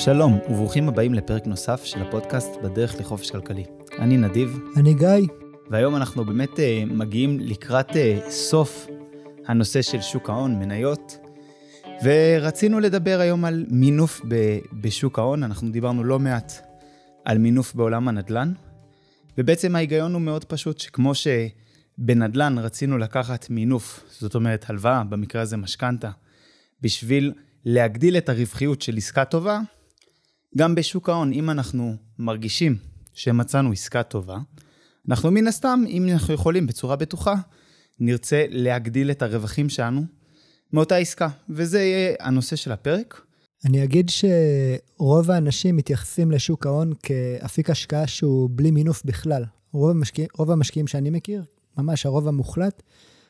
שלום וברוכים הבאים לפרק נוסף של הפודקאסט בדרך לחופש כלכלי. אני נדיב. אני גיא. והיום אנחנו באמת מגיעים לקראת סוף הנושא של שוק ההון, מניות. ורצינו לדבר היום על מינוף בשוק ההון. אנחנו דיברנו לא מעט על מינוף בעולם הנדל"ן. ובעצם ההיגיון הוא מאוד פשוט, שכמו שבנדל"ן רצינו לקחת מינוף, זאת אומרת הלוואה, במקרה הזה משכנתה, בשביל להגדיל את הרווחיות של עסקה טובה, גם בשוק ההון, אם אנחנו מרגישים שמצאנו עסקה טובה, אנחנו מן הסתם, אם אנחנו יכולים בצורה בטוחה, נרצה להגדיל את הרווחים שלנו מאותה עסקה, וזה יהיה הנושא של הפרק. אני אגיד שרוב האנשים מתייחסים לשוק ההון כאפיק השקעה שהוא בלי מינוף בכלל. רוב המשקיעים שאני מכיר, ממש הרוב המוחלט,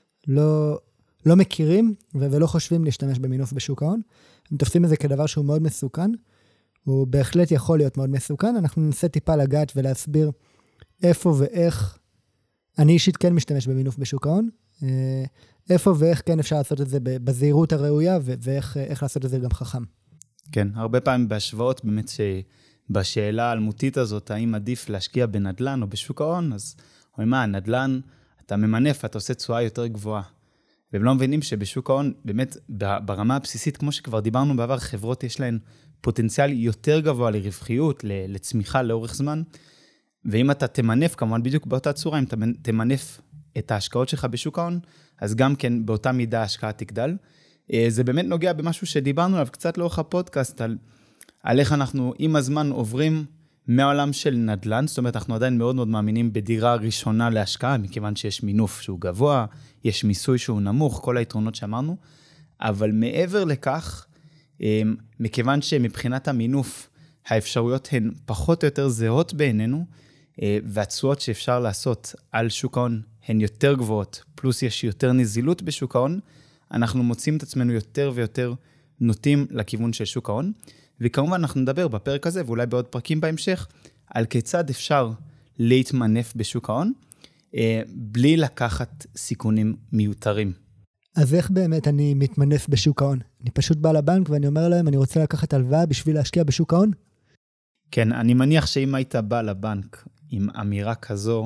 לא מכירים ולא חושבים להשתמש במינוף בשוק ההון. הם תופסים את זה כדבר שהוא מאוד מסוכן, הוא בהחלט יכול להיות מאוד מסוכן. אנחנו ננסה טיפה לגעת ולהסביר איפה ואיך, אני אישית כן משתמש במינוף בשוק ההון, איפה ואיך כן אפשר לעשות את זה בזהירות הראויה, ואיך לעשות את זה גם חכם. כן, הרבה פעמים בהשוואות באמת שבשאלה האלמותית הזאת, האם עדיף להשקיע בנדל"ן או בשוק ההון, אז אומרים מה, נדל"ן, אתה ממנף, אתה עושה תשואה יותר גבוהה. והם לא מבינים שבשוק ההון, באמת ברמה הבסיסית, כמו שכבר דיברנו בעבר, חברות יש להן פוטנציאל יותר גבוה לרווחיות, לצמיחה לאורך זמן, ואם אתה תמנף, כמובן בדיוק באותה צורה, אם אתה תמנף את ההשקעות שלך בשוק ההון, אז גם כן באותה מידה ההשקעה תגדל. זה באמת נוגע במשהו שדיברנו עליו קצת לאורך הפודקאסט, על איך אנחנו עם הזמן עוברים מהעולם של נדל"ן, זאת אומרת, אנחנו עדיין מאוד מאוד מאמינים בדירה ראשונה להשקעה, מכיוון שיש מינוף שהוא גבוה, יש מיסוי שהוא נמוך, כל היתרונות שאמרנו, אבל מעבר לכך, מכיוון שמבחינת המינוף, האפשרויות הן פחות או יותר זהות בעינינו, והתשואות שאפשר לעשות על שוק ההון הן יותר גבוהות, פלוס יש יותר נזילות בשוק ההון, אנחנו מוצאים את עצמנו יותר ויותר נוטים לכיוון של שוק ההון, וכמובן אנחנו נדבר בפרק הזה, ואולי בעוד פרקים בהמשך, על כיצד אפשר להתמנף בשוק ההון, בלי לקחת סיכונים מיותרים. אז איך באמת אני מתמנף בשוק ההון? אני פשוט בא לבנק ואני אומר להם, אני רוצה לקחת הלוואה בשביל להשקיע בשוק ההון? כן, אני מניח שאם היית בא לבנק עם אמירה כזו,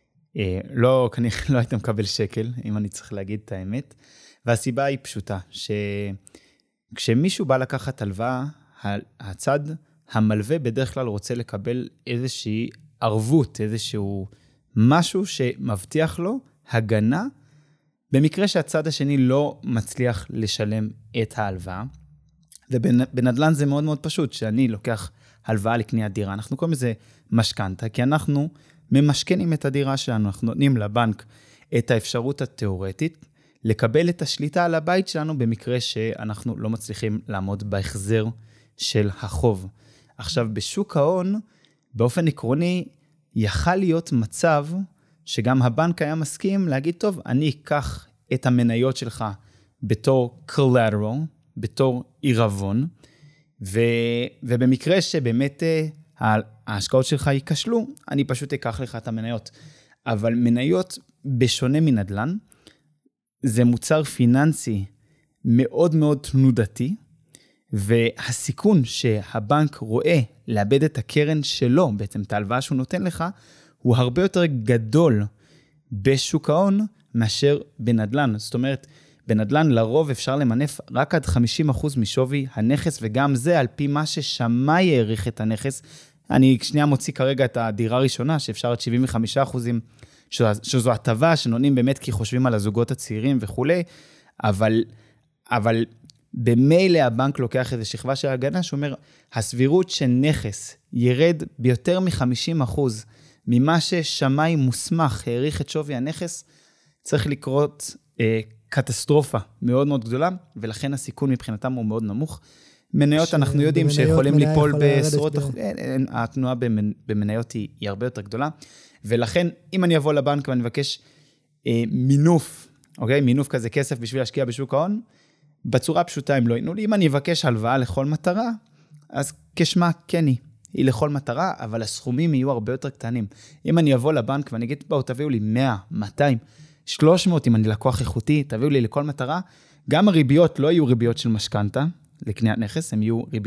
כנראה לא היית מקבל שקל, אם אני צריך להגיד את האמת, והסיבה היא פשוטה, שכשמישהו בא לקחת הלוואה, הצד המלווה בדרך כלל רוצה לקבל איזושהי ערבות, איזשהו משהו שמבטיח לו הגנה, במקרה שהצד השני לא מצליח לשלם את ההלוואה. ובנדל"ן זה מאוד מאוד פשוט, שאני לוקח הלוואה לקניית דירה, אנחנו קוראים לזה משכנתה, כי אנחנו ממשכנים את הדירה שלנו, אנחנו נותנים לבנק את האפשרות התיאורטית, לקבל את השליטה על הבית שלנו, במקרה שאנחנו לא מצליחים לעמוד בהחזר של החוב. עכשיו, בשוק ההון, באופן עקרוני, יכל להיות מצב שגם הבנק היה מסכים להגיד, טוב, אני אקח את המניות שלך בתור collateral, בתור עירבון, ובמקרה שבאמת ההשקעות שלך ייכשלו, אני פשוט אקח לך את המניות. אבל מניות, בשונה מנדל"ן, זה מוצר פיננסי מאוד מאוד תנודתי, והסיכון שהבנק רואה לאבד את הקרן שלו, בעצם את ההלוואה שהוא נותן לך, הוא הרבה יותר גדול בשוק ההון מאשר בנדל"ן. זאת אומרת, בנדל"ן לרוב אפשר למנף רק עד 50% משווי הנכס, וגם זה על פי מה ששמאי העריך את הנכס. אני שנייה מוציא כרגע את הדירה הראשונה, שאפשר עד 75%, שזו הטבה שנותנים באמת כי חושבים על הזוגות הצעירים וכו', אבל במילא הבנק לוקח איזו שכבה של הגנה, שאומר, הסבירות שנכס ירד ביותר מ-50% ממה ששמאי מוסמך העריך את שווי הנכס, צריך לקרות קטסטרופה מאוד מאוד גדולה, ולכן הסיכון מבחינתם הוא מאוד נמוך. מניות אנחנו יודעים שיכולים ליפול בעשרות, התנועה במניות היא הרבה יותר גדולה, ולכן אם אני אבוא לבנק ואני מבקש מינוף, אוקיי? מינוף כזה כסף בשביל להשקיע בשוק ההון, בצורה פשוטה הם לא ייתנו לי. אם אני אבקש הלוואה לכל מטרה, אז כשמה כן היא לכל מטרה, אבל הסכומים יהיו הרבה יותר קטנים. אם אני אבוא לבנק ואני אגיד, בואו תביאו לי 100, 200, 300, אם אני לקוח איכותי, תביאו לי לכל מטרה, גם הריביות לא יהיו ריביות של משכנתה לקניית נכס, הם יהיו ריביות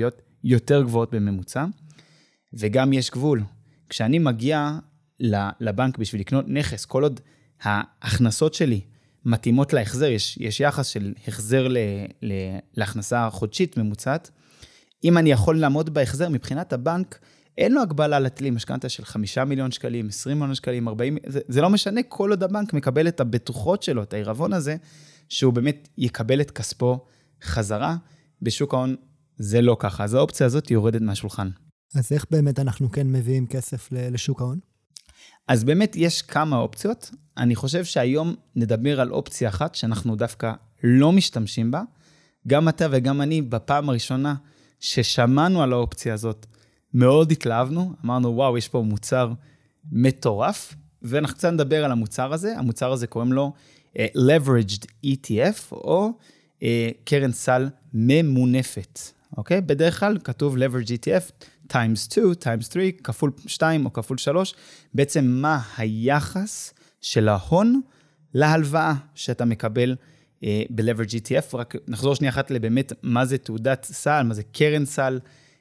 יותר גבוהות בממוצע, וגם יש גבול. כשאני מגיע לבנק בשביל לקנות נכס, כל עוד ההכנסות שלי מתאימות להחזר, יש יחס של החזר להכנסה חודשית ממוצעת, אם אני יכול לעמוד בהחזר מבחינת הבנק, אין לו הגבלה לתלי משכנתה של 5 מיליון שקלים, 20 מיליון שקלים, 40, זה לא משנה, כל עוד הבנק מקבל את הבטוחות שלו, את העירבון הזה, שהוא באמת יקבל את כספו חזרה. בשוק ההון זה לא ככה, אז האופציה הזאת יורדת מהשולחן. אז איך באמת אנחנו כן מביאים כסף לשוק ההון? אז באמת יש כמה אופציות. אני חושב שהיום נדבר על אופציה אחת שאנחנו דווקא לא משתמשים בה. גם אתה וגם אני בפעם הראשונה ששמענו על האופציה הזאת, מאוד התלהבנו, אמרנו וואו, יש פה מוצר מטורף, ואנחנו קצת נדבר על המוצר הזה. המוצר הזה קוראים לו Leveraged ETF, או קרן סל ממונפת. אוקיי? בדרך כלל כתוב Leveraged ETF, times 2, times 3, כפול 2 או כפול 3, בעצם מה היחס של ההון להלוואה שאתה מקבל ב-Leveraged ETF. רק נחזור שנייה אחת לבאמת מה זה תעודת סל, מה זה קרן סל.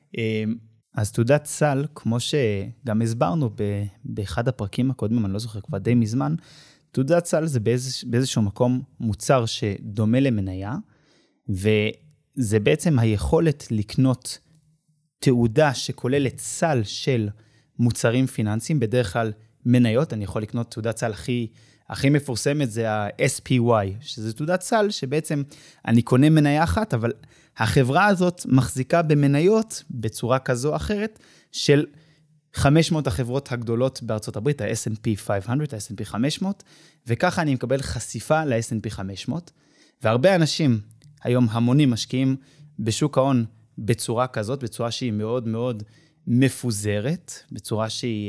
אז תעודת סל, כמו שגם הסברנו באחד הפרקים הקודמים, אני לא זוכר כבר די מזמן, תעודת סל זה באיזשהו מקום מוצר שדומה למניה, וזה בעצם היכולת לקנות תעודה שכוללת סל של מוצרים פיננסיים, בדרך כלל מניות. אני יכול לקנות תעודת סל הכי מפורסמת, זה ה-SPY, שזה תעודת סל שבעצם אני קונה מניה אחת, אבל החברה הזאת מחזיקה במניות בצורה כזו או אחרת של 500 החברות הגדולות בארצות הברית, ה-S&P 500, ה-S&P 500, וככה אני מקבל חשיפה ל-S&P 500, והרבה אנשים היום המונים משקיעים בשוק ההון בצורה כזאת, בצורה שהיא מאוד מאוד מפוזרת, בצורה שהיא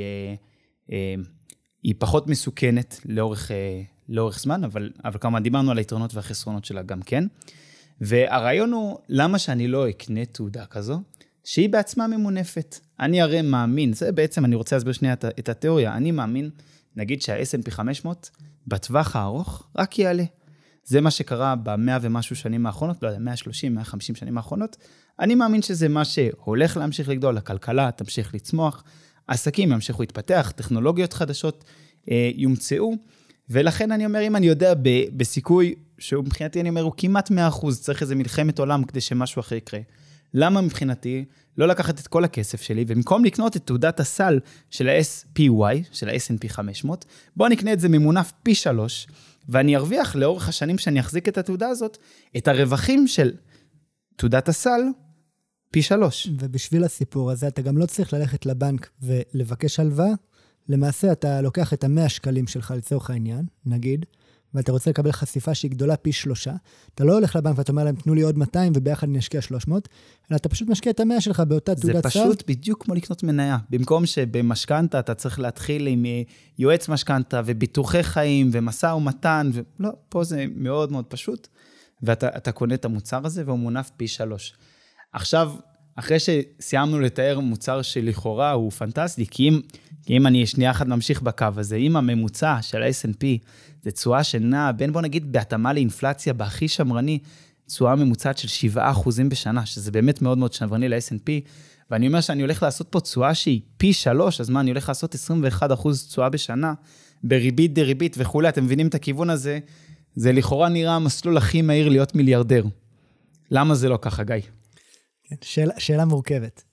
פחות מסוכנת לאורך זמן, אבל כמה דיברנו על היתרונות והחסרונות שלה גם כן. והרעיון הוא, למה שאני לא אקנה תעודה כזו, שהיא בעצמה ממונפת. אני הרי מאמין, זה בעצם, אני רוצה להסביר שנייה את התיאוריה, אני מאמין, נגיד שה-S&P 500, בטווח הארוך, רק יעלה. זה מה שקרה ב100 ומשהו שנים האחרונות, לא יודע, 130, 150 שנים האחרונות, אני מאמין שזה מה שהולך להמשיך לגדול, הכלכלה תמשיך לצמוח, עסקים ימשיכו להתפתח, טכנולוגיות חדשות יומצאו, ולכן אני אומר, אם אני יודע בסיכוי, שהוא מבחינתי אני אומר, הוא כמעט 100%, צריך איזה מלחמת עולם כדי שמשהו אחר יקרה. למה מבחינתי לא לקחת את כל הכסף שלי, ובמקום לקנות את תעודת הסל של ה-SPY, של ה-S&P 500, בוא נקנה את זה ממונף פי 3, ואני ארוויח לאורך השנים שאני אחזיק את התעודה הזאת, את הרווחים של תעודת הסל פי 3. ובשביל הסיפור הזה, אתה גם לא צריך ללכת לבנק ולבקש הלוואה, למעשה אתה לוקח את ה100 שקלים שלך לצורך העניין, נגיד, ואתה רוצה לקבל חשיפה שהיא גדולה פי 3, אתה לא הולך לבנק ואתה אומר להם, תנו לי עוד 200 וביחד נשקיע 300, אלא אתה פשוט משקיע את ה100 שלך באותה תעודת סל. זה פשוט בדיוק כמו לקנות מניה. במקום שבמשכנתה אתה צריך להתחיל עם יועץ משכנתה וביטוחי חיים ומסע ומתן, לא, פה זה מאוד מאוד פשוט, ואתה קונה את המוצר הזה והוא מונף פי 3. עכשיו, אחרי שסיימנו לתאר מוצר שלכאורה הוא פנטסטי, כי אם אני שנייה אחת ממשיך בקו הזה, אם הממוצע של ה-S&P זה תשואה שנעה, בין בוא נגיד בהתאמה לאינפלציה בהכי שמרני, תשואה ממוצעת של 7% בשנה, שזה באמת מאוד מאוד שמרני ל-S&P, ואני אומר שאני הולך לעשות פה תשואה שהיא פי 3, אז מה, אני הולך לעשות 21% תשואה בשנה, בריבית דריבית וכולי, אתם מבינים את הכיוון הזה, זה לכאורה נראה המסלול הכי מהיר להיות מיליארדר. למה זה לא ככה, גיא? שאלה מורכבת.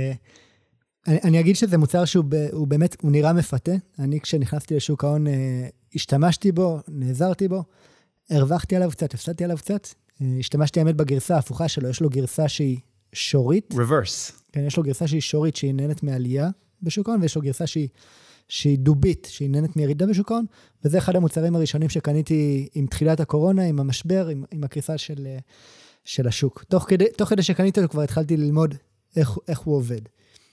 אני אגיד שזה מוצר שהוא באמת, הוא נראה מפתה. אני כשנכנסתי לשוק ההון, השתמשתי בו, נעזרתי בו, הרווחתי עליו קצת, הפסדתי עליו קצת. השתמשתי האמת בגרסה ההפוכה שלו, יש לו גרסה שהיא שורית. reverse. כן, יש לו גרסה שהיא שורית, שהיא נהנית מעלייה בשוק ההון, ויש לו גרסה שהיא דובית, שהיא נהנית מירידה בשוק ההון, וזה אחד המוצרים הראשונים שקניתי עם תחילת הקורונה, עם המשבר, עם הקריסה של השוק. תוך כדי שקניתי אותו כבר התחלתי ללמוד איך הוא עובד.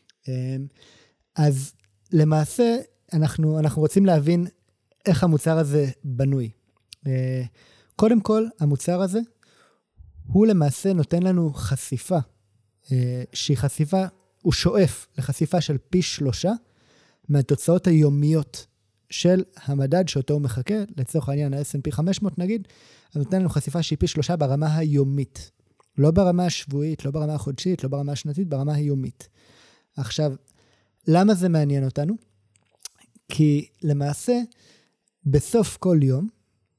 אז למעשה אנחנו רוצים להבין איך המוצר הזה בנוי. קודם כל, המוצר הזה הוא למעשה נותן לנו חשיפה, שהיא חשיפה, הוא שואף לחשיפה של פי 3 מהתוצאות היומיות של המדד שאותו הוא מחכה, לצורך העניין ה-S&P 500 נגיד, אז נותן לנו חשיפה שהיא פי 3 ברמה היומית. לא ברמה השבועית, לא ברמה החודשית, לא ברמה השנתית, ברמה היומית. עכשיו, למה זה מעניין אותנו? כי למעשה, בסוף כל יום,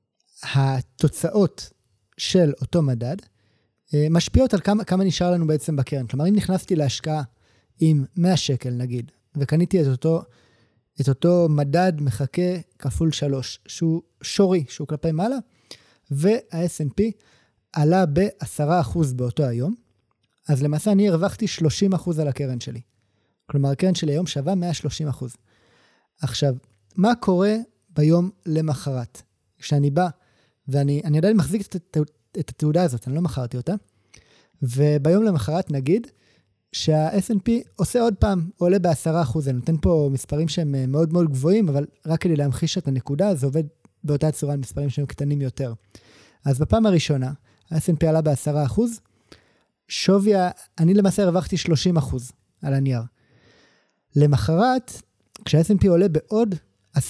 התוצאות של אותו מדד משפיעות על כמה נשאר לנו בעצם בקרן. כלומר, אם נכנסתי להשקעה עם 100 שקל נגיד, וקניתי את אותו מדד מחכה כפול 3, שהוא שורי, שהוא כלפי מעלה, וה-S&P עלה ב10% באותו היום, אז למעשה אני הרווחתי 30% על הקרן שלי. כלומר, הקרן שלי היום שווה 130%. עכשיו, מה קורה ביום למחרת? כשאני בא, ואני עדיין מחזיק את התעודה הזאת, אני לא מכרתי אותה, וביום למחרת נגיד, שה-S&P עושה עוד פעם, עולה ב10%, אני נותן פה מספרים שהם מאוד מאוד גבוהים, אבל רק כדי להמחיש את הנקודה, זה עובד באותה צורה על מספרים שהם קטנים יותר. אז בפעם הראשונה, ה-S&P עלה ב10%, שווי, אני למעשה הרווחתי 30% על הנייר. למחרת, כשה-S&P עולה בעוד 10%,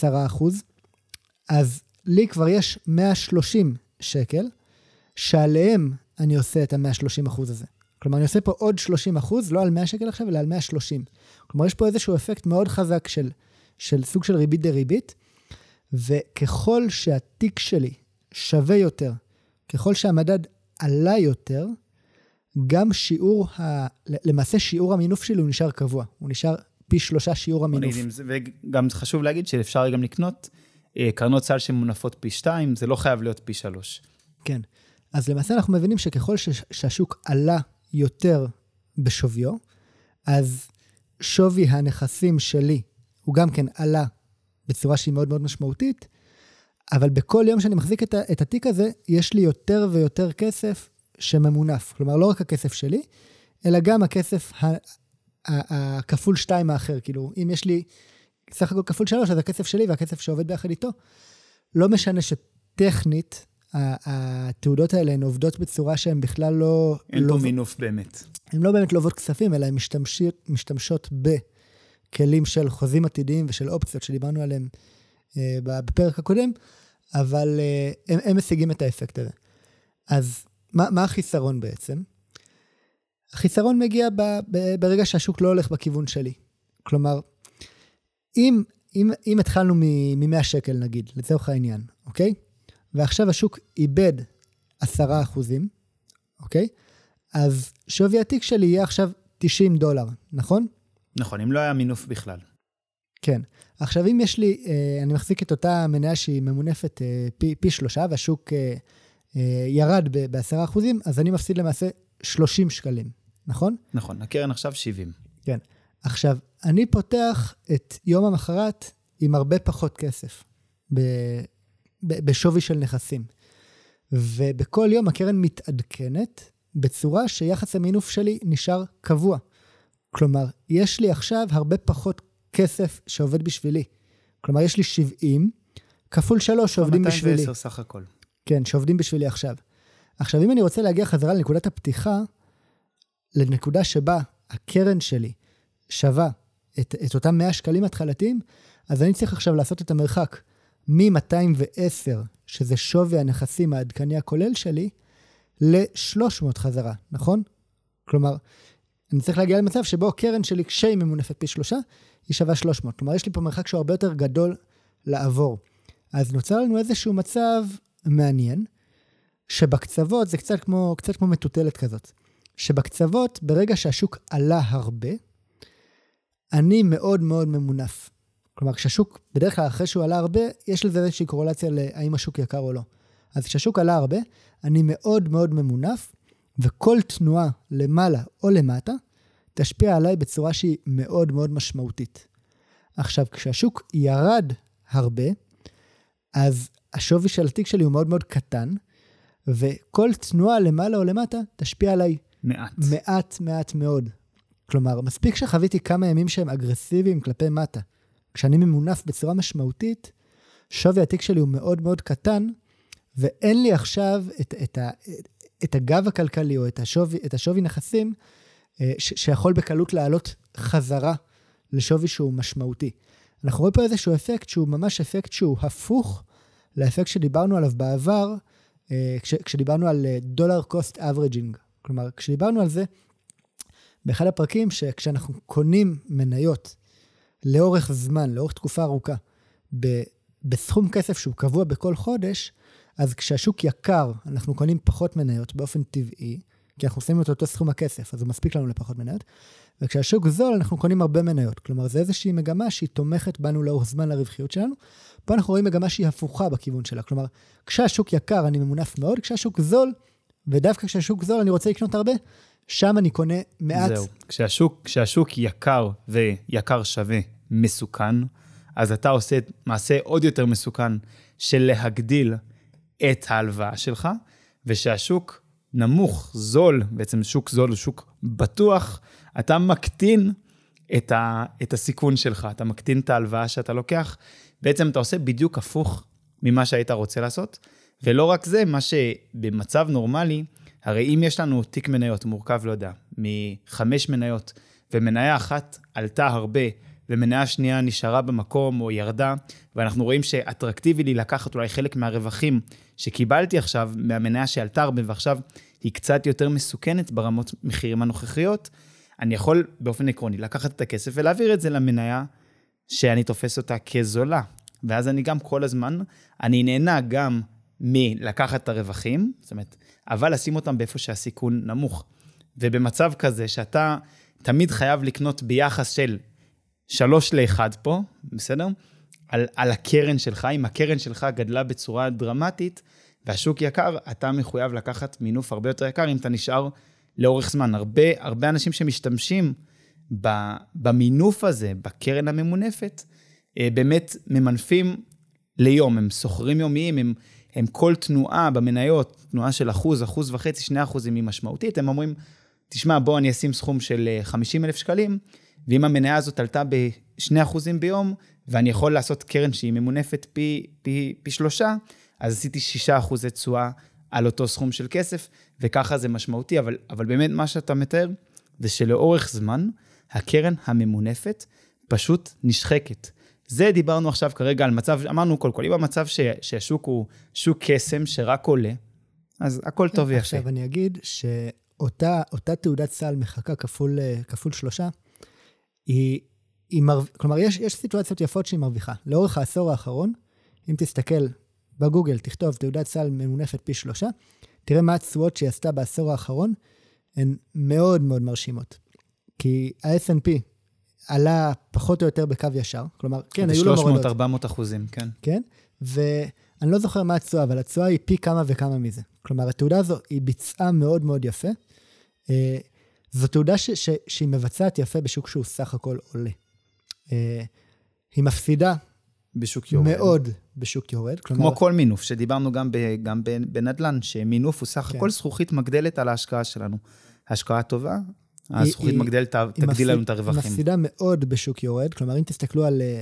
אז לי כבר יש 130 שקל, שעליהם אני עושה את ה-130% הזה. כלומר, אני עושה פה עוד 30%, לא על 100 שקל עכשיו, אלא על 130. כלומר, יש פה איזשהו אפקט מאוד חזק של סוג של ריבית דריבית, וככל שהתיק שלי שווה יותר, ככל שהמדד עלה יותר, גם למעשה שיעור המינוף שלי הוא נשאר קבוע. הוא נשאר פי 3 שיעור המינוף. וגם חשוב להגיד שאפשר גם לקנות קרנות סל שמונפות פי 2, זה לא חייב להיות פי 3. כן. אז למעשה אנחנו מבינים שככל שהשוק עלה יותר בשוויו, אז שווי הנכסים שלי הוא גם כן עלה בצורה שהיא מאוד מאוד משמעותית, אבל בכל יום שאני מחזיק את התיק הזה, יש לי יותר ויותר כסף שממונף. כלומר, לא רק הכסף שלי, אלא גם הכסף הכפול 2 האחר. כאילו, אם יש לי סך הכל כפול 3, אז הכסף שלי והכסף שעובד ביחד איתו, לא משנה שטכנית, התעודות האלה הן עובדות בצורה שהן בכלל לא... אין פה מינוף באמת. הן לא באמת לוות כספים, אלא הן משתמשות בכלים של חוזים עתידיים ושל אופציות שדיברנו עליהם בפרק הקודם, אבל הם משיגים את האפקט הזה. אז מה החיסרון בעצם? החיסרון מגיע ברגע שהשוק לא הולך בכיוון שלי. כלומר, אם התחלנו מ-100 שקל נגיד, לצורך העניין, אוקיי? ועכשיו השוק איבד 10%, אוקיי? אז שווי התיק שלי יהיה עכשיו $90, נכון? נכון, אם לא היה מינוף בכלל. כן. עכשיו, אם יש לי, אני מחזיק את אותה מניה שהיא ממונפת פי 3, והשוק ירד ב10%, אז אני מפסיד למעשה 30 שקלים, נכון? נכון, הקרן עכשיו 70. כן. עכשיו, אני פותח את יום המחרת עם הרבה פחות כסף, בשווי של נכסים. ובכל יום הקרן מתעדכנת בצורה שיחס המינוף שלי נשאר קבוע. כלומר, יש לי עכשיו הרבה פחות כסף שעובד בשבילי. כלומר, יש לי 70 כפול 3 שעובדים בשבילי. 210 סך הכל. כן, שעובדים בשבילי עכשיו. עכשיו, אם אני רוצה להגיע חזרה לנקודת הפתיחה, לנקודה שבה הקרן שלי שווה את אותם 100 שקלים התחלתיים, אז אני צריך עכשיו לעשות את המרחק מ-210, שזה שווי הנכסים העדכני הכולל שלי, ל-300 חזרה, נכון? כלומר, אני צריך להגיע למצב שבו הקרן שלי, כשהיא ממונפת פי 3, היא שווה 300. כלומר, יש לי פה מרחק שהוא הרבה יותר גדול לעבור. אז נוצר לנו איזשהו מצב מעניין, שבקצוות, זה קצת כמו מטוטלת כזאת, שבקצוות, ברגע שהשוק עלה הרבה, אני מאוד מאוד ממונף. כלומר, כשהשוק, בדרך כלל אחרי שהוא עלה הרבה, יש לזה איזושהי קורולציה להאם השוק יקר או לא. אז כשהשוק עלה הרבה, אני מאוד מאוד ממונף, וכל תנועה למעלה או למטה, תשפיע עליי בצורה שהיא מאוד מאוד משמעותית. עכשיו, כשהשוק ירד הרבה, אז השווי של התיק שלי הוא מאוד מאוד קטן, וכל תנועה למעלה או למטה תשפיע עליי מעט מאוד. כלומר, מספיק שחוויתי כמה ימים שהם אגרסיביים כלפי מטה. כשאני ממונף בצורה משמעותית, שווי התיק שלי הוא מאוד מאוד קטן, ואין לי עכשיו את הגב הכלכלי או את השווי נכסים, שיכול בקלות לעלות חזרה לשווי שהוא משמעותי. אנחנו רואים פה איזשהו אפקט שהוא ממש אפקט שהוא הפוך לאפקט שדיברנו עליו בעבר, כשדיברנו על dollar cost averaging. כלומר, כשדיברנו על זה, באחד הפרקים שכשאנחנו קונים מניות לאורך זמן, לאורך תקופה ארוכה, בסכום כסף שהוא קבוע בכל חודש, אז כשהשוק יקר, אנחנו קונים פחות מניות באופן טבעי, כי אנחנו שמים את אותו סכום הכסף, אז הוא מספיק לנו לפחות מניות, וכשהשוק זול, אנחנו קונים הרבה מניות. כלומר, זה איזושהי מגמה שהיא תומכת בנו לאורך זמן לרווחיות שלנו. פה אנחנו רואים מגמה שהיא הפוכה בכיוון שלה. כלומר, כשהשוק יקר, אני ממונף מאוד, כשהשוק זול, ודווקא כשהשוק זול, אני רוצה לקנות הרבה, שם אני קונה מעט. זהו. כשהשוק יקר ויקר שווה מסוכן, אז אתה עושה מעשה עוד יותר מסוכן של להגדיל את ההלוואה שלך, ושהשוק נמוך, זול, בעצם שוק זול הוא שוק בטוח, אתה מקטין את הסיכון שלך, אתה מקטין את ההלוואה שאתה לוקח, בעצם אתה עושה בדיוק הפוך ממה שהיית רוצה לעשות, ולא רק זה, מה שבמצב נורמלי, הרי אם יש לנו תיק מניות מורכב, לא יודע, מ5 מניות, ומניה אחת עלתה הרבה, ומניה שנייה נשארה במקום או ירדה, ואנחנו רואים שאטרקטיבי לי לקחת אולי חלק מהרווחים שקיבלתי עכשיו, מהמניה שעלתה הרבה, ועכשיו היא קצת יותר מסוכנת ברמות מחירים הנוכחיות, אני יכול באופן עקרוני לקחת את הכסף ולהעביר את זה למניה שאני תופס אותה כזולה. ואז אני גם כל הזמן, אני נהנה גם מלקחת את הרווחים, זאת אומרת, אבל לשים אותם באיפה שהסיכון נמוך. ובמצב כזה שאתה תמיד חייב לקנות ביחס של 3-1 פה, בסדר? על הקרן שלך, אם הקרן שלך גדלה בצורה דרמטית, והשוק יקר, אתה מחויב לקחת מינוף הרבה יותר יקר, אם אתה נשאר לאורך זמן. הרבה אנשים שמשתמשים במינוף הזה, בקרן הממונפת, באמת ממנפים ליום, הם סוחרים יומיים, הם כל תנועה במניות, תנועה של 1%, 1.5%, 2% היא משמעותית, הם אומרים, תשמע, בוא אני אשים סכום של 50,000 שקלים, ואם המניה הזאת עלתה ב2% ביום, ואני יכול לעשות קרן שהיא ממונפת פי 3, אז עשיתי 6% תשואה על אותו סכום של כסף, וככה זה משמעותי, אבל באמת מה שאתה מתאר, זה שלאורך זמן, הקרן הממונפת פשוט נשחקת. זה דיברנו עכשיו כרגע על מצב, אמרנו כל, אם המצב שהשוק הוא שוק קסם שרק עולה, אז הכל טוב ויפה. עכשיו אני אגיד שאותה תעודת סל מחכה כפול 3, כלומר יש סיטואציות יפות שהיא מרוויחה. לאורך העשור האחרון, אם תסתכל בגוגל, תכתוב תעודת סל ממונפת פי 3, תראה מה התשואות שהיא עשתה בעשור האחרון, הן מאוד מאוד מרשימות. כי ה-S&P עלה פחות או יותר בקו ישר, כלומר, כן, היו לו מורדות. 300-400%, כן. כן, ואני לא זוכר מה התשואה, אבל התשואה היא פי כמה וכמה מזה. כלומר, התעודה הזו היא ביצעה מאוד מאוד יפה. זו תעודה שהיא מבצעת יפה בשוק שהוא סך הכל עולה. היא מפסידה בשוק יורד. מאוד בשוק יורד. כמו כל מינוף, שדיברנו גם בנדל"ן, שמינוף הוא סך הכל זכוכית מגדלת על ההשקעה שלנו. השקעה טובה, הזכוכית מגדלת תגדיל לנו את הרווחים. היא מפסידה מאוד בשוק יורד, כלומר, אם תסתכלו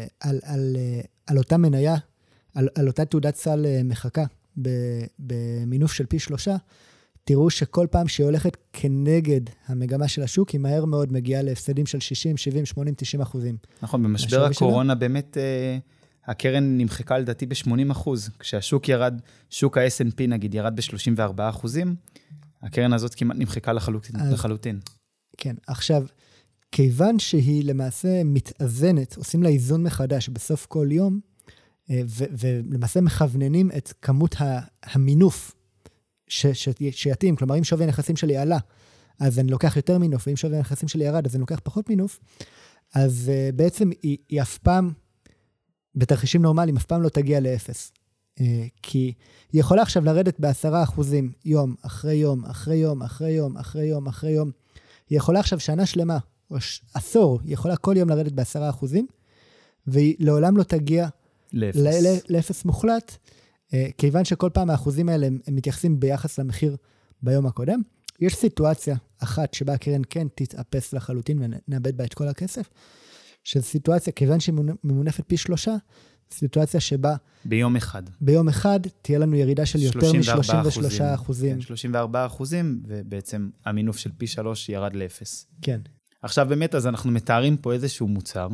על אותה מניה, על אותה תעודת סל מחכה במינוף של פי 3, תראו שכל פעם שהיא הולכת כנגד המגמה של השוק, היא מהר מאוד מגיעה להפסדים של 60, 70, 80, 90%. נכון, במשבר הקורונה באמת הקרן נמחקה לדעתי ב-80%, כשהשוק ירד, שוק ה-S&P נגיד ירד ב-34%, הקרן הזאת כמעט נמחקה לחלוטין. כן, עכשיו, כיוון שהיא למעשה מתאזנת, עושים לה איזון מחדש בסוף כל יום, ולמעשה מכווננים את כמות המינוף שיתאים, כלומר, אם שווי הנכסים שלי עלה, אז אני לוקח יותר מינוף, ואם שווי הנכסים שלי ירד, אז אני לוקח פחות מינוף, אז בעצם היא אף פעם, בתרחישים נורמליים, אף פעם לא תגיע לאפס. כי היא יכולה עכשיו לרדת ב10% יום, אחרי יום, אחרי יום, אחרי יום, אחרי יום, אחרי יום. היא יכולה עכשיו שנה שלמה, או עשור, היא יכולה כל יום לרדת ב10%, והיא לעולם לא תגיע לאפס מוחלט, כיוון שכל פעם האחוזים האלה הם מתייחסים ביחס למחיר ביום הקודם. יש סיטואציה אחת שבה הקרן כן תתאפס לחלוטין ונאבד בה את כל הכסף, שזו סיטואציה, כיוון שהיא ממונפת פי 3, סיטואציה שבה ביום אחד תהיה לנו ירידה של יותר מ-33%. כן, 34%, ובעצם המינוף של פי 3 ירד לאפס. כן. עכשיו באמת, אז אנחנו מתארים פה איזשהו מוצר,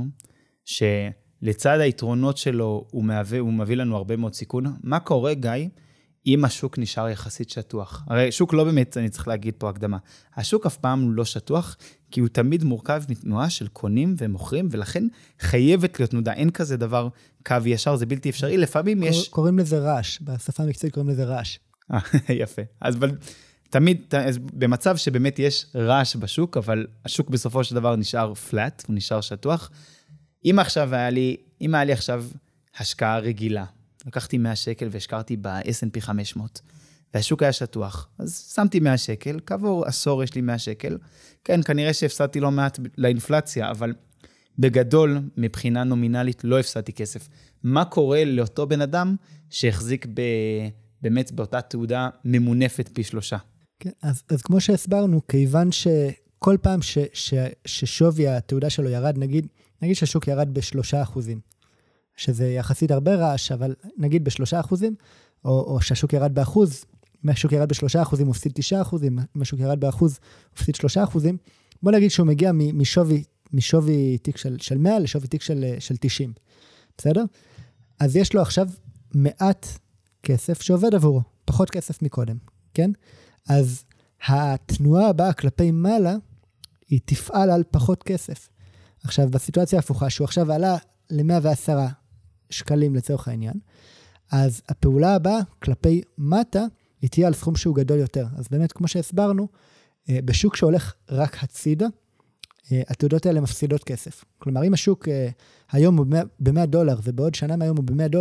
שלצד היתרונות שלו הוא מביא לנו הרבה מאוד סיכון. מה קורה, גיא, אם השוק נשאר יחסית שטוח. הרי שוק לא באמת, אני צריך להגיד פה הקדמה, השוק אף פעם לא שטוח, כי הוא תמיד מורכב מתנועה של קונים ומוכרים, ולכן חייבת להיות תנודה. אין כזה דבר קו ישר, זה בלתי אפשרי. לפעמים יש... קוראים לזה רעש, בשפה המקצועית קוראים לזה רעש. יפה. אז תמיד, במצב שבאמת יש רעש בשוק, אבל השוק בסופו של דבר נשאר פלט, הוא נשאר שטוח. אם היה לי עכשיו השקעה רגילה, לקחתי 100 שקל והשקעתי ב-S&P 500, והשוק היה שטוח, אז שמתי 100 שקל, כעבור עשור יש לי 100 שקל, כן, כנראה שהפסדתי לא מעט לאינפלציה, אבל בגדול, מבחינה נומינלית, לא הפסדתי כסף. מה קורה לאותו בן אדם שהחזיק באמת באותה תעודה ממונפת פי 3? כן, אז כמו שהסברנו, כיוון שכל פעם ששווי התעודה שלו ירד, נגיד שהשוק ירד ב3%, שזה יחסית הרבה רעש, אבל נגיד ב3%, או שהשוק ירד באחוז, אם השוק ירד ב3%, הוא מפסיד 9%, אם השוק ירד באחוז, הוא מפסיד 3%, בוא נגיד שהוא מגיע משווי תיק של 100 לשווי תיק של 90, בסדר? אז יש לו עכשיו מעט כסף שעובד עבורו, פחות כסף מקודם, כן? אז התנועה הבאה כלפי מעלה, היא תפעל על פחות כסף. עכשיו, בסיטואציה ההפוכה, שהוא עכשיו עלה ל-110 שקלים לצורך העניין, אז הפעולה הבאה כלפי מטה, היא תהיה על סכום שהוא גדול יותר. אז באמת, כמו שהסברנו, בשוק שהולך רק הצידה, התעודות האלה מפסידות כסף. כלומר, אם השוק היום הוא ב$100, ובעוד שנה מהיום הוא ב$100,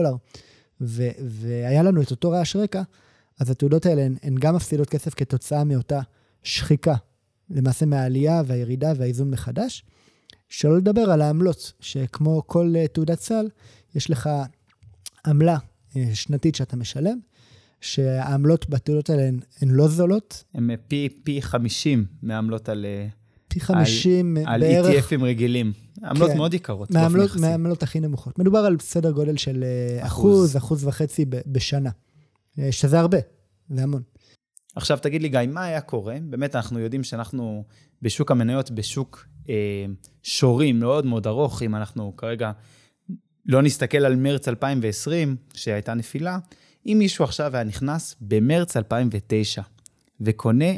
והיה לנו את אותו רעש רקע, אז התעודות האלה הן גם מפסידות כסף כתוצאה מאותה שחיקה, למעשה מהעלייה והירידה והאיזון מחדש, שלא לדבר על העמלות, שכמו כל תעודת סל, יש לך עמלה שנתית שאתה משלם, שהעמלות בתעודות האלה הן לא זולות. הן פי 50 מהעמלות על... פי 50 על בערך... ETFים רגילים. עמלות מאוד יקרות. מהעמלות הכי נמוכות. מדובר על סדר גודל של 1%, 1.5% בשנה. שזה הרבה, זה המון. עכשיו תגיד לי גיא, מה היה קורה? באמת אנחנו יודעים שאנחנו בשוק המניות, בשוק שורים מאוד מאוד ארוך, אם אנחנו כרגע לא נסתכל על מרץ 2020, שהייתה נפילה, אם מישהו עכשיו היה נכנס במרץ 2009, וקונה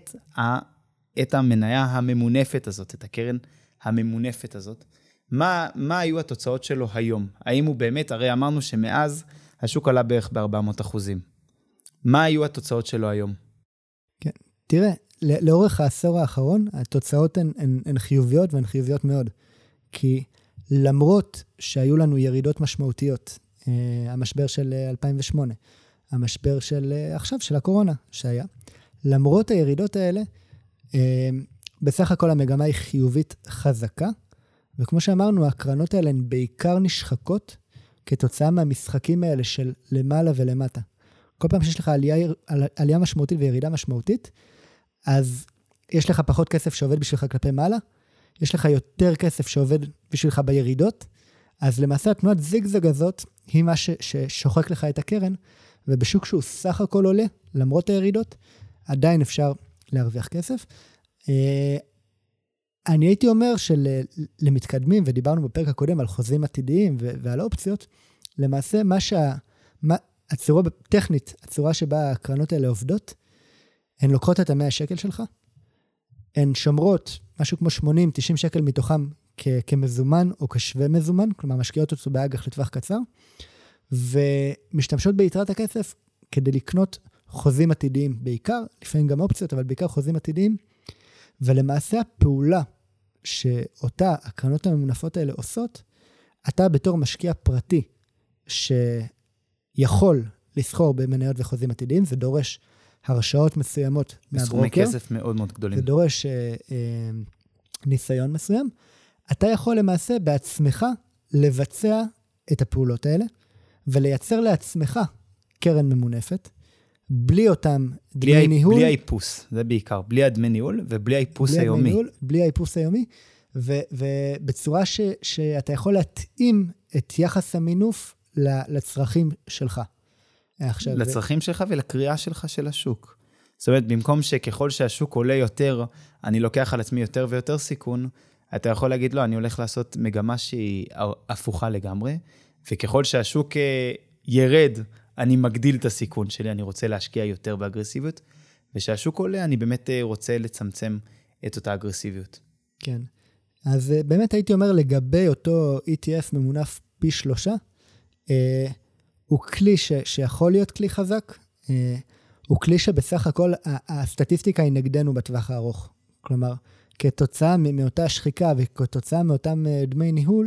את המניה הממונפת הזאת, את הקרן הממונפת הזאת, מה היו התוצאות שלו היום? האם הוא באמת, הרי אמרנו שמאז השוק עלה בערך ב-400%. מה היו התוצאות שלו היום? כן, תראה, לאורך העשור האחרון, התוצאות הן חיוביות והן חיוביות מאוד. כי למרות שהיו לנו ירידות משמעותיות, המשבר של 2008, המשבר של עכשיו, של הקורונה שהיה, למרות הירידות האלה, בסך הכל המגמה היא חיובית חזקה, וכמו שאמרנו, הקרנות האלה הן בעיקר נשחקות, כתוצאה מהמשחקים האלה של למעלה ולמטה. כל פעם שיש לך עלייה משמעותית וירידה משמעותית, אז יש לך פחות כסף שעובד בשבילך כלפי מעלה, יש לך יותר כסף שעובד בשבילך בירידות, אז למעשה התנועת זיגזג הזאת היא מה ששוחק לך את הקרן, ובשוק שהוא סך הכל עולה, למרות הירידות, עדיין אפשר להרוויח כסף. אני הייתי אומר שלמתקדמים, ודיברנו בפרק הקודם על חוזים עתידיים ועל אופציות, למעשה הצורה טכנית, הצורה שבה הקרנות האלה עובדות, הן לוקחות את 100 שקל שלך, הן שומרות משהו כמו 80-90 שקל מתוכם כמזומן או כשווה מזומן, כלומר משקיעות אותו באג"ח לטווח קצר, ומשתמשות ביתרת הכסף כדי לקנות חוזים עתידיים בעיקר, לפעמים גם אופציות, אבל בעיקר חוזים עתידיים, ולמעשה הפעולה שאותה הקרנות הממונפות האלה עושות, אתה בתור משקיע פרטי שיכול לסחור במניות וחוזים עתידיים, זה דורש הרשאות מסוימות מהברוקר. בסכומי כסף מאוד מאוד גדולים. זה דורש ניסיון מסוים. אתה יכול למעשה בעצמך לבצע את הפעולות האלה, ולייצר לעצמך קרן ממונפת, בלי אותם דמי ניהול. בלי האיפוס, זה בעיקר. בלי הדמי ניהול ובלי האיפוס היומי. בלי האיפוס היומי, ובצורה שאתה יכול להתאים את יחס המינוף לצרכים שלך. לצרכים שלך ולקריאה שלך של השוק. זאת אומרת, במקום שככל שהשוק עולה יותר, אני לוקח על עצמי יותר ויותר סיכון, אתה יכול להגיד, לא, אני הולך לעשות מגמה שהיא הפוכה לגמרי, וככל שהשוק ירד, אני מגדיל את הסיכון שלי, אני רוצה להשקיע יותר באגרסיביות, ושהשוק עולה, אני באמת רוצה לצמצם את אותה אגרסיביות. כן. אז באמת הייתי אומר לגבי אותו ETF ממונף פי 3, הוא כלי שיכול להיות כלי חזק, הוא כלי שבסך הכל הסטטיסטיקה היא נגדנו בטווח הארוך. כלומר, כתוצאה מאותה שחיקה וכתוצאה מאותם דמי ניהול,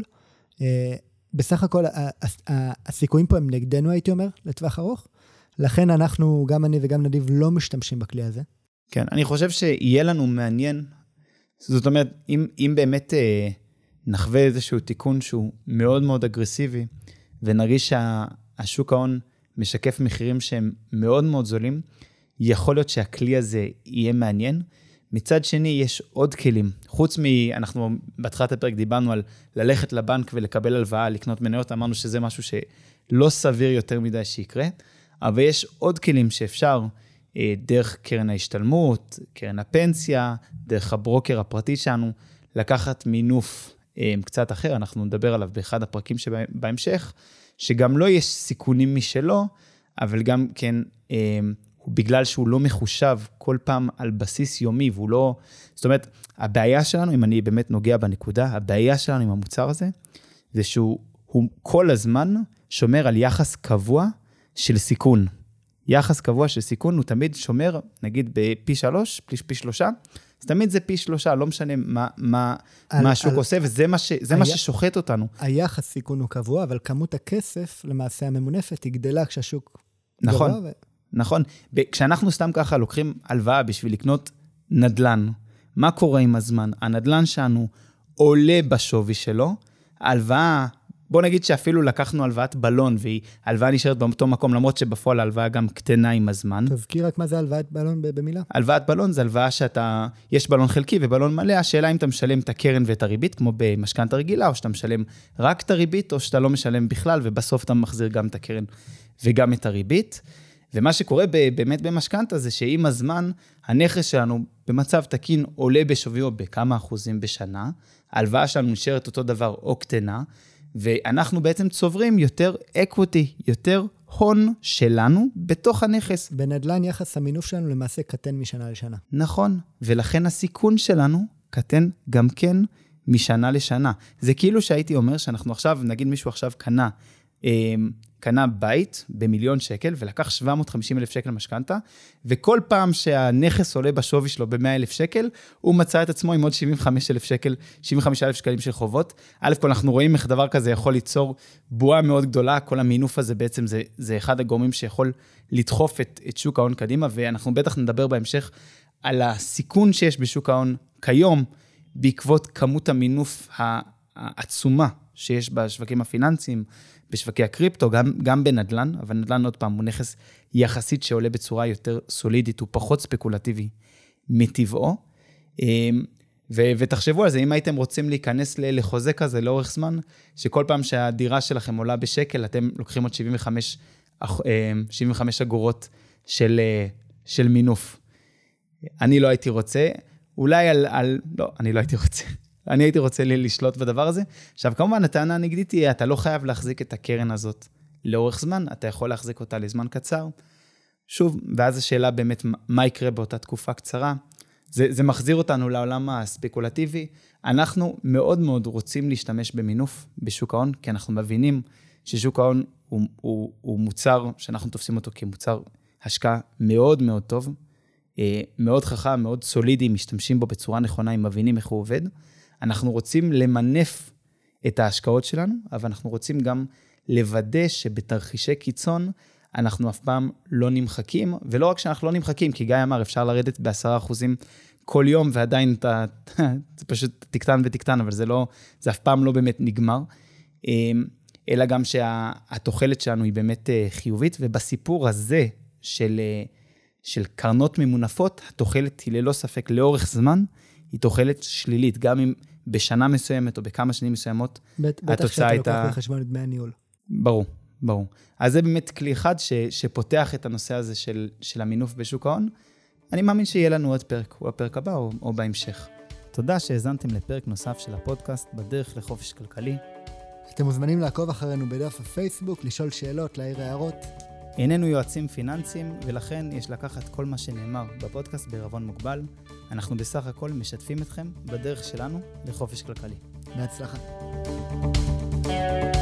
בסך הכל הסיכויים פה הם נגדנו, הייתי אומר, לטווח ארוך. לכן אנחנו, גם אני וגם נדיב, לא משתמשים בכלי הזה. כן, אני חושב שיהיה לנו מעניין, זאת אומרת, אם באמת נחווה איזשהו תיקון שהוא מאוד מאוד אגרסיבי, ונרגיש שהשוק ההון משקף מחירים שהם מאוד מאוד זולים, יכול להיות שהכלי הזה יהיה מעניין. מצד שני, יש עוד כלים. חוץ אנחנו בתחילת הפרק דיברנו על ללכת לבנק ולקבל הלוואה, לקנות מניות, אמרנו שזה משהו שלא סביר יותר מדי שיקרה, אבל יש עוד כלים שאפשר, דרך קרן ההשתלמות, קרן הפנסיה, דרך הברוקר הפרטי שלנו, לקחת מינוף קצת אחר, אנחנו נדבר עליו באחד הפרקים שבהמשך, שגם לא יש סיכונים משלו, אבל גם כן, בגלל שהוא לא מחושב כל פעם על בסיס יומי, והוא לא, זאת אומרת, הבעיה שלנו, אם אני באמת נוגע בנקודה, הבעיה שלנו עם המוצר הזה, זה שהוא כל הזמן שומר על יחס קבוע של סיכון. יחס קבוע של סיכון, הוא תמיד שומר, נגיד בפי 3, פי 3, אז תמיד זה פי 3, לא משנה מה השוק עושה, וזה מה ששוחט אותנו. היחס סיכון הוא קבוע, אבל כמות הכסף, למעשה הממונפת, היא גדלה כשהשוק נכון, גבוה. נכון. כשאנחנו סתם ככה לוקחים הלוואה בשביל לקנות נדלן, מה קורה עם הזמן? הנדלן שלנו עולה בשווי שלו, ההלוואה, בוא נגיד שאפילו לקחנו הלוואת בלון, והיא הלוואה נשארת באותו מקום, למרות שבפועל ההלוואה גם קטנה עם הזמן. תזכיר רק מה זה הלוואת בלון במילה? הלוואת בלון זה הלוואה יש בלון חלקי ובלון מלא, השאלה אם אתה משלם את הקרן ואת הריבית, כמו במשכנתא רגילה, או שאתה משלם רק את הריבית, או שאתה לא משלם בכלל, ובסוף אתה מחזיר גם את הקרן וגם את הריבית. ומה שקורה באמת במשכנתא זה שעם הזמן, הנכס שלנו במצב תקין עולה בשוויו בכמה אחוזים בשנה, ההלוואה שלנו נשארת אותו דבר או קטנה, ואנחנו בעצם צוברים יותר אקוויטי, יותר הון שלנו בתוך הנכס. בנדל"ן יחס המינוף שלנו למעשה קטן משנה לשנה. נכון, ולכן הסיכון שלנו קטן גם כן משנה לשנה. זה כאילו שהייתי אומר שאנחנו עכשיו, נגיד מישהו עכשיו קנה בית ב1,000,000 שקל, ולקח 750,000 שקל משכנתא, וכל פעם שהנכס עולה בשווי שלו ב100,000 שקל, הוא מצא את עצמו עם עוד 75,000 שקל, 75,000 שקלים של חובות. א' כל אנחנו רואים איך דבר כזה יכול ליצור בועה מאוד גדולה, כל המינוף הזה בעצם זה אחד הגורמים שיכול לדחוף את שוק ההון קדימה, ואנחנו בטח נדבר בהמשך על הסיכון שיש בשוק ההון כיום, בעקבות כמות המינוף העצומה שיש בשווקים הפיננסיים, בשווקי הקריפטו, גם בנדלן, אבל נדלן עוד פעם הוא נכס יחסית שעולה בצורה יותר סולידית, הוא פחות ספקולטיבי מטבעו, ותחשבו על זה, אם הייתם רוצים להיכנס לחוזה כזה לאורך זמן, שכל פעם שהדירה שלכם עולה בשקל, אתם לוקחים עוד 75 אגורות של מינוף. אני לא הייתי רוצה, אולי לא, אני לא הייתי רוצה. אני הייתי רוצה לשלוט בדבר הזה. עכשיו, כמובן, הטענה הנגדית היא, אתה לא חייב להחזיק את הקרן הזאת לאורך זמן, אתה יכול להחזיק אותה לזמן קצר. שוב, ואז השאלה באמת, מה יקרה באותה תקופה קצרה? זה מחזיר אותנו לעולם הספקולטיבי. אנחנו מאוד מאוד רוצים להשתמש במינוף בשוק ההון, כי אנחנו מבינים ששוק ההון הוא מוצר שאנחנו תופסים אותו כמוצר השקעה מאוד מאוד טוב, מאוד חכם, מאוד סולידי, משתמשים בו בצורה נכונה, אם מבינים איך הוא עובד. אנחנו רוצים למנף את ההשקעות שלנו, אבל אנחנו רוצים גם לוודא שבתרחישי קיצון, אנחנו אף פעם לא נמחקים, ולא רק שאנחנו לא נמחקים, כי גיא אמר, אפשר לרדת ב10% כל יום, ועדיין זה פשוט תקטן ותקטן, אבל זה אף פעם לא באמת נגמר, אלא גם שהתוחלת שלנו היא באמת חיובית, ובסיפור הזה של קרנות ממונפות, התוחלת היא ללא ספק לאורך זמן, היא תוחלת שלילית, גם אם בשנה מסוימת או בכמה שנים מסוימות, בטח שאתה לוקח בחשבון את דמי הניהול. ברור. אז זה באמת כלי אחד שפותח את הנושא הזה של המינוף בשוק ההון. אני מאמין שיהיה לנו עוד פרק, או הפרק הבא או בהמשך. תודה שהזנתם לפרק נוסף של הפודקאסט בדרך לחופש כלכלי. אתם מוזמנים לעקוב אחרינו בדף הפייסבוק, לשאול שאלות, להעיר הערות. איננו יועצים פיננסיים, ולכן יש לקחת כל מה שנאמר בפודקאסט בערבון מוגבל. אנחנו בסך הכל משתפים אתכם בדרך שלנו לחופש כלכלי. בהצלחה.